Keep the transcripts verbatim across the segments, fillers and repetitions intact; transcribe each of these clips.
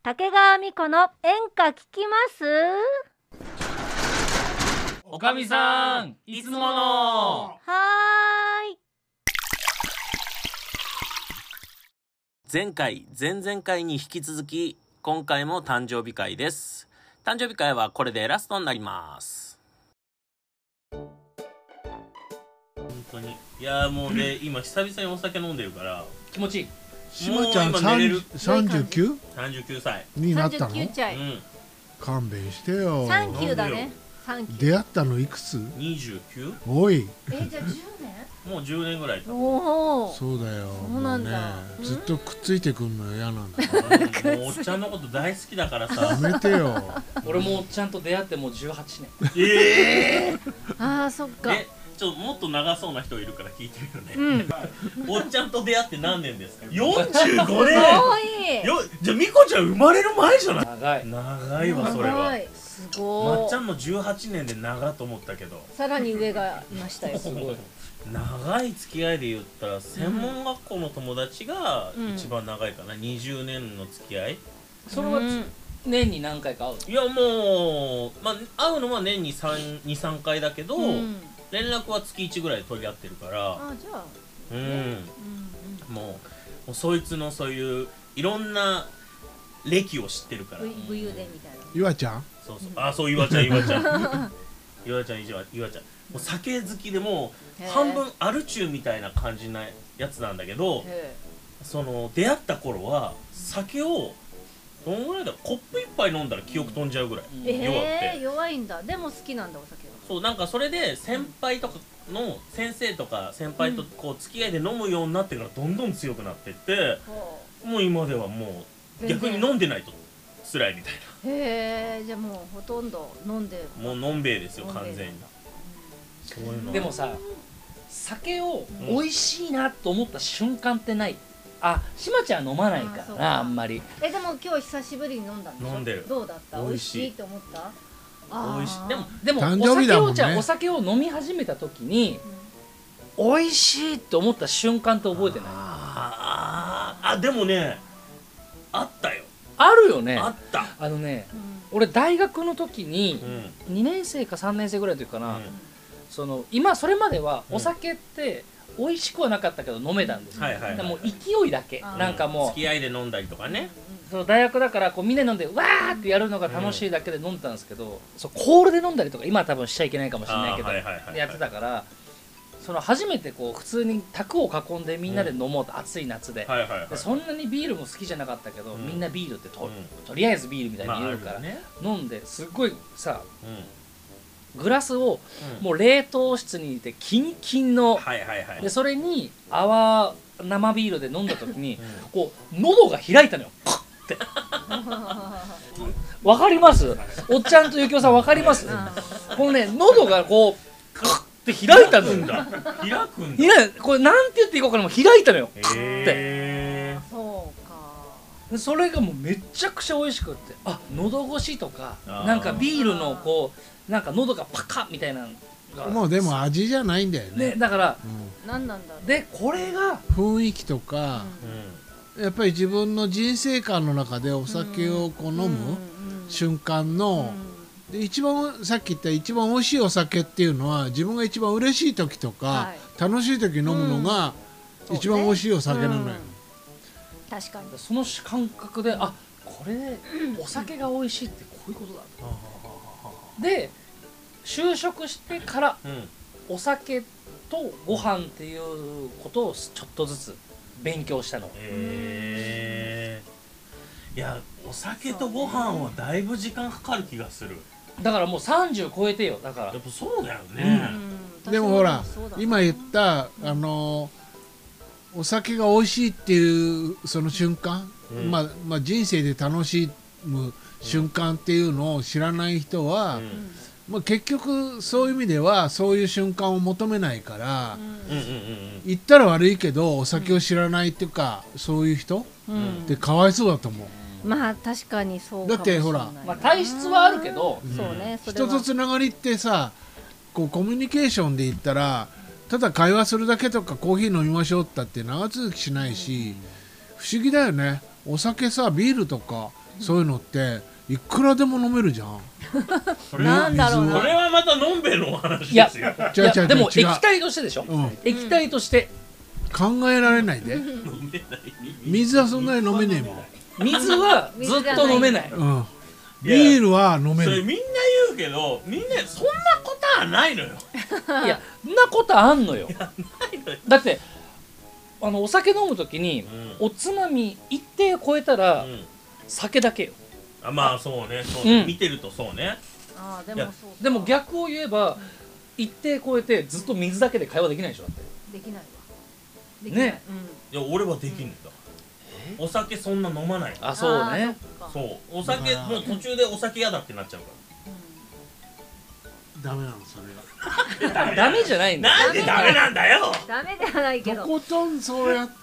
竹川美子の演歌聞きます。 おかみさんいつもの。 はーい。 前回前々回に引き続き今回も誕生日会です。誕生日会はこれでラストになります。 本当にいやもうね、うん、今久々にお酒飲んでるから気持ちいい。 しまちゃんさんじゅうきゅう さんじゅうきゅうさんじゅうきゅうさいになったの。 さんじゅうきゅうちゃい、 うん、 勘弁してよ。 さんじゅうきゅうだね。 出会ったのいくつ？ にじゅうきゅう。 おいえ、じゃあじゅうねんもうじゅうねんぐらい経おお、 そうだよ。 そうなんだ、 ね、ずっとくっついてくんの嫌なんだ、 うん、もうおっちゃんのこと大好きだからさやめてよ。 俺もおっちゃんと出会ってもうじゅうはちねん。 ええー、 あーそっか。 えちょっともっと長そうな人いるから聞いてみるね、うん、おっちゃんと出会って何年ですか？よんじゅうごねん。よじゃあみこちゃん生まれる前じゃない？ 長い長いわそれは。 すごい。 まっちゃんのじゅうはちねんで長と思ったけどさらに上がいましたよ。 すごい長い付き合いで言ったら専門学校の友達が一番長いかな、うん、にじゅうねんの付き合い。 それは年に何回か会う？ いやもう、まあ、会うのは年ににさんかいだけど、うん、連絡は月いちぐらい取り合ってるから。 あ、じゃあうん、うんうん、もう、もうそいつのそういういろんな歴を知ってるから。 武勇伝みたいな。 岩ちゃん？ そうそう、あ、そう岩ちゃん岩ちゃん岩ちゃん岩ちゃんもう酒好きでもう半分アル中みたいな感じなやつなんだけど、その出会った頃は酒をどんぐらいだろう、コップ一杯飲んだら記憶飛んじゃうぐらい、 うん、弱くて、えー、弱いんだ。でも好きなんだお酒は。 そうなんかそれで先輩とかの先生とか先輩とこう付き合いで飲むようになってからどんどん強くなってって、うん、もう今ではもう逆に飲んでないと辛いみたいな。 へえ、じゃあもうほとんど飲んでもうのんべえですよ完全に。 そういうのでもさ、酒を美味しいなと思った瞬間ってない？あ、しまちゃん飲まないからな、あんまり。 え、でも今日久しぶりに飲んだんでしょ？ 飲んでる。 どうだった？美味しいって思った？ 美味しい。 でもでもお酒をじゃあお酒を飲み始めた時に美味しいって思った瞬間って覚えてない？ ああ、でもね、あったよ。 あるよね。 あった。 あのね、うん、俺大学の時ににねんせいかさんねんせいぐらいの時かな、うん、その今それまではお酒って美味しくはなかったけど飲めたんですよ。でも勢いだけ、なんかもう付き合いで飲んだりとかね。 その大学だからこうみんな飲んでわーってやるのが楽しいだけで飲んでたんですけど、うん、そうコールで飲んだりとか今は多分しちゃいけないかもしれないけどやってたから、その初めてこう普通に卓を囲んでみんなで飲もうと、暑い夏で、そんなにビールも好きじゃなかったけど、うん、みんなビールって と,、うん、とりあえずビールみたいに言うから、まあね、飲んですっごいさ、うん、グラスをもう冷凍室にいてキンキンの、でそれに泡生ビールで飲んだ時に、うん、こう喉が開いたのよ。パッてわかります？おっちゃんとゆきおさんわかります？このね喉がこうカッって開いたのよ。 開くんだ。 開いこれなんて言っていいか分からない、もう開いたのよ。 へー、そうか。 それがもうめちゃくちゃ美味しくって、あ、喉越しとかなんかビールのこうなんか喉がパカッみたいなのがもうでも味じゃないんだよね。 ね、だから、 うん、何なんだろう。 でこれが雰囲気とか、うん、やっぱり自分の人生観の中でお酒をこう飲む瞬間の、うんで一番さっき言った一番美味しいお酒っていうのは自分が一番嬉しい時とか、はい、楽しい時飲むのが一番美味しいお酒なのよ、うんうん、 確かにその感覚で、あ、これお酒が美味しいってこういうことだとで就職してから、うん、お酒とご飯っていうことをちょっとずつ勉強したの。 へー、いやお酒とご飯はだいぶ時間かかる気がする。 だからもうさんじゅう超えてよ。だからやっぱそうだよね、 うん、でもほら今言ったあのお酒が美味しいっていうその瞬間、うん、まあ、まあ人生で楽しむ瞬間っていうのを知らない人は、うん、まあ、結局そういう意味ではそういう瞬間を求めないから、うん、言ったら悪いけどお酒を知らないっていうか、うん、そういう人、うん、ってかわいそうだと思う。 まあ確かにそうかもしれない。 だってほら、 まあ、体質はあるけど、 うん、そうね、それ人とつながりってさ、こうコミュニケーションで言ったらただ会話するだけとかコーヒー飲みましょうったって長続きしないし、うん、不思議だよね。お酒さビールとかそういうのっていくらでも飲めるじゃん。 それなんだろうなこれはまたのんべえのお話ですよ。 いやでも液体としてでしょ、 うん、 液体として考えられないで。水はそんなに飲めねえもん。 水はずっと飲めない。 うん、ビールは飲める。 それみんな言うけど、みんなそんなことはないのよ。 いやそんなことあんのよ。だってあのお酒飲むときに、うん、おつまみ一定超えたら、うん、酒だけよ。 あ、まあそうね、そうね、うん、見てるとそうね。 あでもそうでも逆を言えば、うん、一定超えてずっと水だけで会話できないでしょ。だってできないわ。 できないね、 うん、いや俺はできるんだ。お酒そんな飲まない。 あ、そうね。 そうお酒もう途中でお酒嫌だってなっちゃうから。 ダメなのそれが。 ダメじゃないんだ。 なんでダメなんだよ。 ダメではないけど。 とことんそうやって、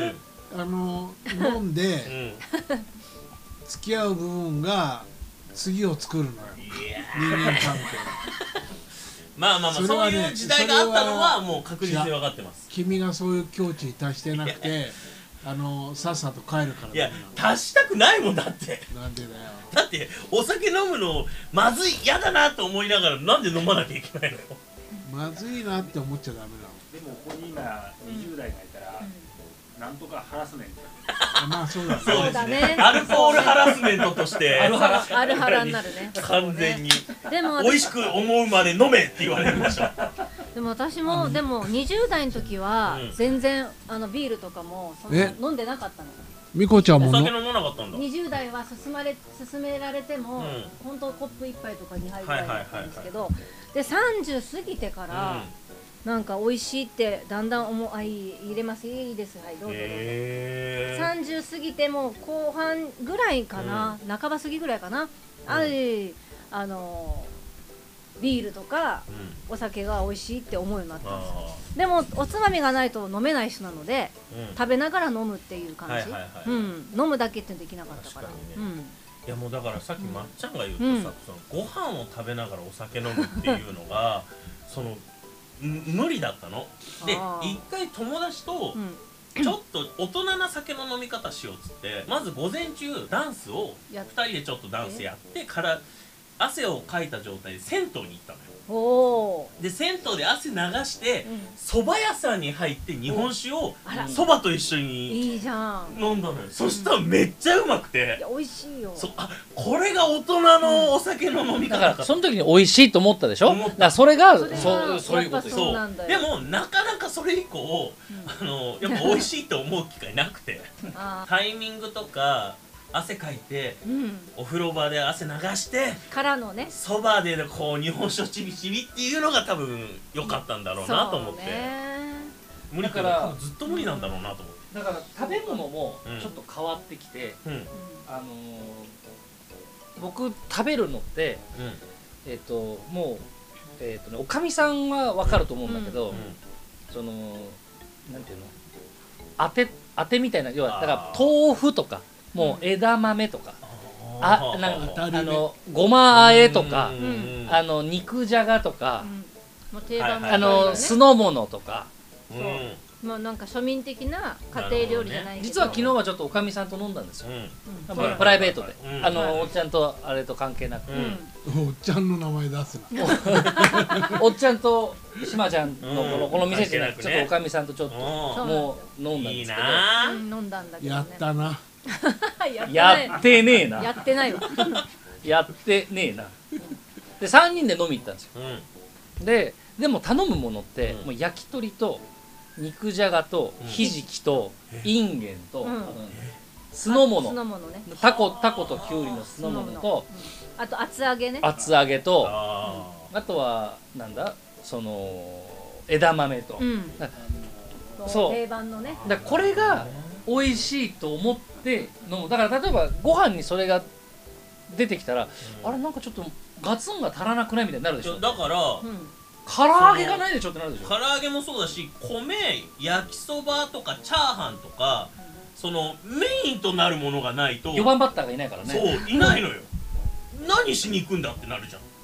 うん、あの飲んで、うん、付き合う部分が次を作るのよ。人間関係。 まあまあまあ そ,、ね、そういう時代があったのはもう確実に分かってます。 君がそういう境地に達してなくて、あのさっさと帰るから。 いや達したくないもんだって。 なんでだよ。 だってお酒飲むのまずい嫌だなと思いながらなんで飲まなきゃいけないのよ。 まずいなって思っちゃダメなの。 でもここに今にじゅう代がいたら、うん、なんとかハラスメント。 まあそうだね。 そうだね。アルコールハラスメントとしてアルハラアルハラになるね。 完全に。 でも美味しく思うまで飲めって言われるでしょ。 でも私も、うん、でもにじゅう代の時は全然あのビールとかもそんな飲んでなかったの。 みこちゃんもお酒飲まなかったんだ。 にじゅう代は勧まれ勧められても、うん、本当コップ一杯とかにはいぐらいだったんですけど、でさんじゅう過ぎてから、うん、なんか美味しいってだんだん思う。あ、いい入れますいいですはいどうぞどうぞ。さんじゅう過ぎても後半ぐらいかな、うん、半ば過ぎぐらいかな、うん、ああのビールとか、うん、お酒が美味しいって思うようになったんですよ。でもおつまみがないと飲めない人なので、うん、食べながら飲むっていう感じ。飲むだけってできなかったから。 確かにね、うん、いやもうだからさっきまっちゃんが言うとさ、うん、そのご飯を食べながらお酒飲むっていうのがその無理だったので、一回友達とちょっと大人な酒の飲み方しようっつってまず午前中ダンスをふたりでちょっとダンスやってから汗をかいた状態で銭湯に行ったのよ。おで銭湯で汗流して蕎麦屋さんに入って日本酒を蕎麦と一緒にいいじゃん飲んだのよ。そしたらめっちゃうまくて、 いや美味しいよ。 そあこれが大人のお酒の飲み方だからその時に美味しいと思ったでしょ。だからそれがそうそういうことよ。 そうなんだよ。 でもなかなかそれ以降、あのやっぱ美味しいと思う機会なくてタイミングとか汗かいて、うん、お風呂場で汗流してからのねそばでこう日本酒ちびちびっていうのが多分良かったんだろうなと思って、無理から多分ずっと無理なんだろうなと思って、 だから食べ物もちょっと変わってきて、うん、あのー、僕食べるのって、うん、えっ、ー、ともうえっ、ー、とねおかみさんは分かると思うんだけど、うんうん、そのなんていうの当て当てみたいな、要はだから豆腐とかもう枝豆とか、うん、あなんかあのごまあえとか、うん、あの肉じゃがとか、 うん、もう定番の、 あの酢の物とか、 うん、そうもうなんか庶民的な家庭料理じゃないけど、ね、 実は昨日はちょっとおかみさんと飲んだんですよ、うん、プライベートで、うん、あの、はい、おっちゃんとあれと関係なく、 うん、おっちゃんの名前出すなおっちゃんとしまちゃんのこの、この店じゃなくて、ちょっとおかみさんとちょっともう飲んだんですけど、いいな、 うん、飲んだんだけど、 ね、やったなやってねえなやってないわやってねえなでさんにんで飲み行ったんですよ、うん、ででも頼むものって、うん、もう焼き鳥と肉じゃがとひじきといんげんと、うん、酢の物、 ね、 タコタコときゅうりの酢の物と、 うん、あと厚揚げね、 厚揚げと あ,、うん、あとはなんだその枝豆と、うん、そう定番のね、 だこれが美味しいと思って飲む。だから例えばご飯にそれが出てきたら、うん、あれなんかちょっとガツンが足らなくないみたいになるでしょ。 だから、うん、 唐揚げがないでしょってなるでしょ。 唐揚げもそうだし、米、焼きそばとかチャーハンとか、うん、そのメインとなるものがないとよばんバッターがいないからね。 そういないのよ何しに行くんだってなるじゃん。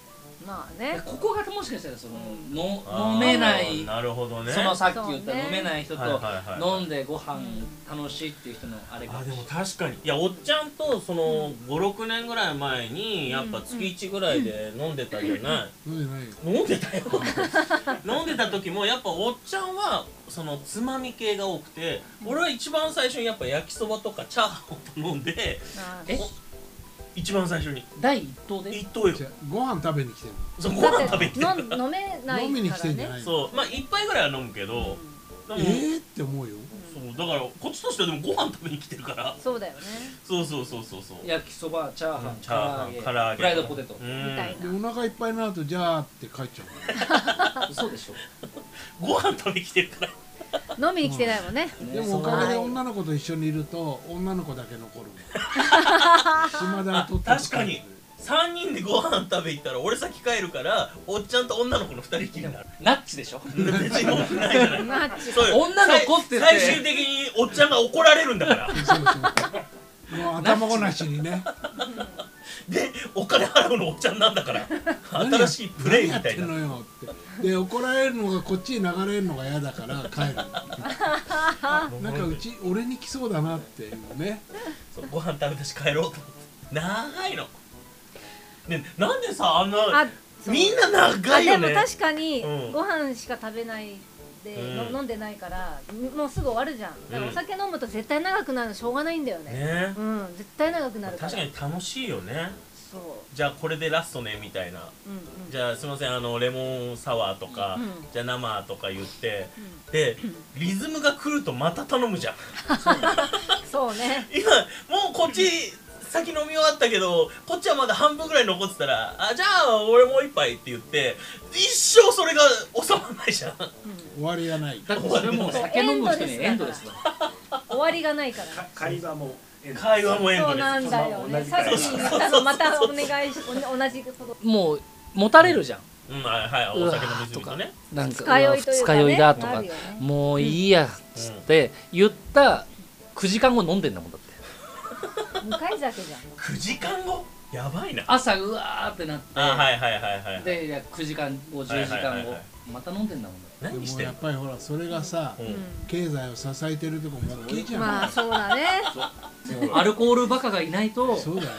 まあね、 ここがもしかしたらそのの飲めないなるほどね、 そのさっき言った飲めない人とはいはいはい飲んでご飯楽しいっていう人のあれがあでも確かにいやおっちゃんとそのごろくねんぐらい前にやっぱ月いちぐらいで飲んでたじゃない、 飲んでないよ。 飲んでたよ飲んでた時もやっぱおっちゃんはそのつまみ系が多くて、俺は一番最初にやっぱ焼きそばとかチャーハンを頼んで、 え一番最初に第一党で一等よ。 じゃあご飯食べに来てるそうご飯食べに来てるかだって飲飲めないからね。 飲みに来てんじゃないの。 そうまあ一杯ぐらいは飲むけど、でもえーって思うよ。 そうだからこっちとしてはでもご飯食べに来てるからそうだよね。 そうそうそうそうそう焼きそばチャーハンチャーハン唐揚げ唐揚げフライドポテトうんみたいでお腹いっぱいになるとじゃあって帰っちゃ嘘でしょご飯食べに来てるから飲みに来てないもんね。 う。でもおかげで女の子と一緒にいると女の子だけ残る。島田にとって確かにさんにんでご飯食べ行ったら俺先帰るからおっちゃんと女の子のふたりきりになるナッチでしょ別に多くないじゃないマッチ。 そうよ女の子って言って最最終的におっちゃんが怒られるんだからそうそうもう頭ごなしにね。 でお金払うのおっちゃんなんだから新しいプレイみたいな何やってんのよって。で怒られるのがこっちに流れるのが嫌だから帰る。なんかうち俺に来そうだなっていうね。 そうご飯食べたし帰ろうと思って長いのねなんでさあんなあ、そうみんな長あいよねでも確かにうんご飯しか食べないで、 うんの飲んでないからもうすぐ終わるじゃん。だからお酒飲むと絶対長くなるのしょうがないんだよね。 ねうん、絶対長くなるから。 確かに楽しいよねそう。 じゃあこれでラストねみたいなうんうん。 じゃあすみませんあのレモンサワーとか、 うんじゃあ生とか言って、でリズムが来るとまた頼むじゃんそうね。 今もうこっち先飲み終わったけどこっちはまだ半分ぐらい残ってたらあじゃあ俺もう一杯って言って一生それが収まらないじゃん終わりがない。 だってそれもう酒飲む人にエンドレスだ終わりがないから。 か会話も会話もエンドレスそうなんだよね。 同じさっき言ったのまたお願いしお同じこと。 もう持たれるじゃんうんはいはいお酒の水とねなんか二日酔いというかね二日酔いだとかなるよねもういいやっつって言ったくじかんご飲んでんだもんだって向かい酒じゃん。 くじかんごやばいな朝うわーってなってあはいはいはいはいでいやくじかんごじゅうじかんごはいはいはいはいまた飲んでんだもんだってでも何してんのやっぱりほらそれがさ、 うん経済を支えてるとこも大きいじゃん。 まあそうだね。 アルコールバカがいないとそうだよ。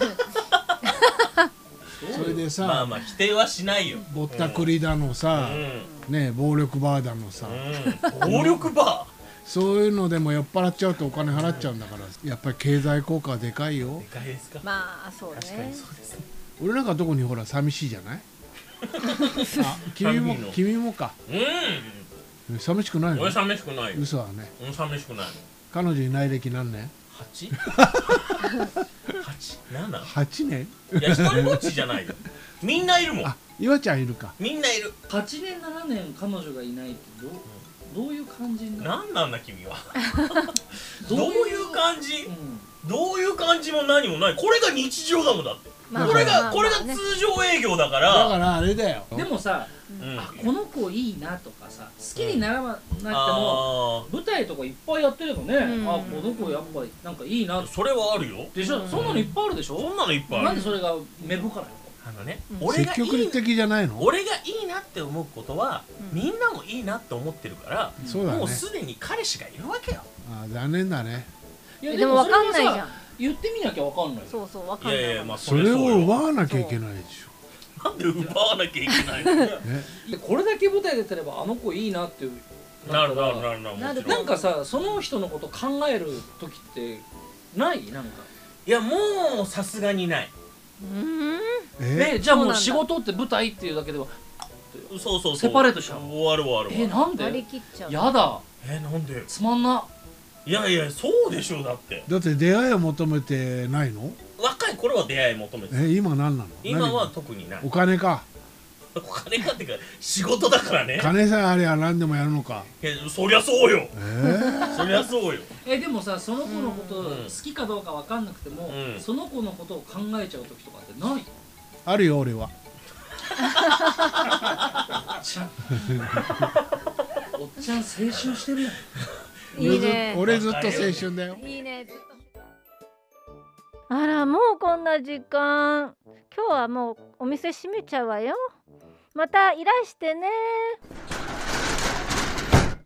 それでさ、 まあまあ否定はしないよぼったくりだのさ、 うね暴力バーだのさ、 ん、うん、暴力バそういうのでも酔っ払っちゃうとお金払っちゃうんだから、やっぱり経済効果はでかいよー。でかいですかまあそう確かにね。 そうですね俺なんか特にほら寂しいじゃないあ君も寂しいの君もかうん寂しくないの俺寂しくないよ嘘はね。 うん寂しくない彼女いない歴何年？ はち? はち ななはちねん。 いや一人ぼっちじゃないよみんないるもんあ、岩ちゃんいるか。 みんないるはちねんななねん彼女がいないってどうどういう感じになるなんなんだ君はどういうどういう感じうんどういう感じも何もないこれが日常だもんだってまあこれまあまあがこれがね通常営業だかだらからあれだよ。 でもさうんあこの子いいなとかさ好きにならなくてもあ舞台とかいっぱいやってればね、 うんあこの子やっぱりなんかいいなあそれはあるよでしょ、そんなのいっぱいあるでしょ、 そんなのいっぱいあるなんでそれが芽吹かないあのねうん俺がい積極い的じゃないの？ 俺がいいなって思うことはうんみんなもいいなって思ってるからそうだねもう。すでに彼氏がいるわけよあ、残念だね。 のいやでもわかんないじゃん。 言ってみなきゃわかんないよそうそうわかんいない。 やいやまあそれをよ奪わなきゃいけないでしなんで奪わなきゃいけないのょ。ね。 でこれだけ舞台出てればあの子いいなってなるなるるなるなるなるもちろなんんかさその人のこと考える時ってないなんかいやもうさすがにないうん。 え？ えじゃあもうそうなんだ仕事って舞台っていうだけではそうそうそうセパレートしちゃう終わる終わる終えわるなん割りで切っちゃう。 やだえなんでつまんないやいやそうでしょうだってだって出会いを求めてないの？ 若い頃は出会い求めてたえ、今何なの？ 今は何特にないお金か。 お金かっていうか仕事だからね金さえあれば何でもやるのか。 いやそりゃそうよえそりゃそうよえでもさその子のことうん好きかどうかわかんなくても、 うんその子のことを考えちゃう時とかってないー、あるよ俺は。 おっちゃんおっちゃん青春してるやんいいね。 俺ずっと青春だよ。 いいね。ずっとあら、もうこんな時間。今日はもうお店閉めちゃうわよ。またいらしてね。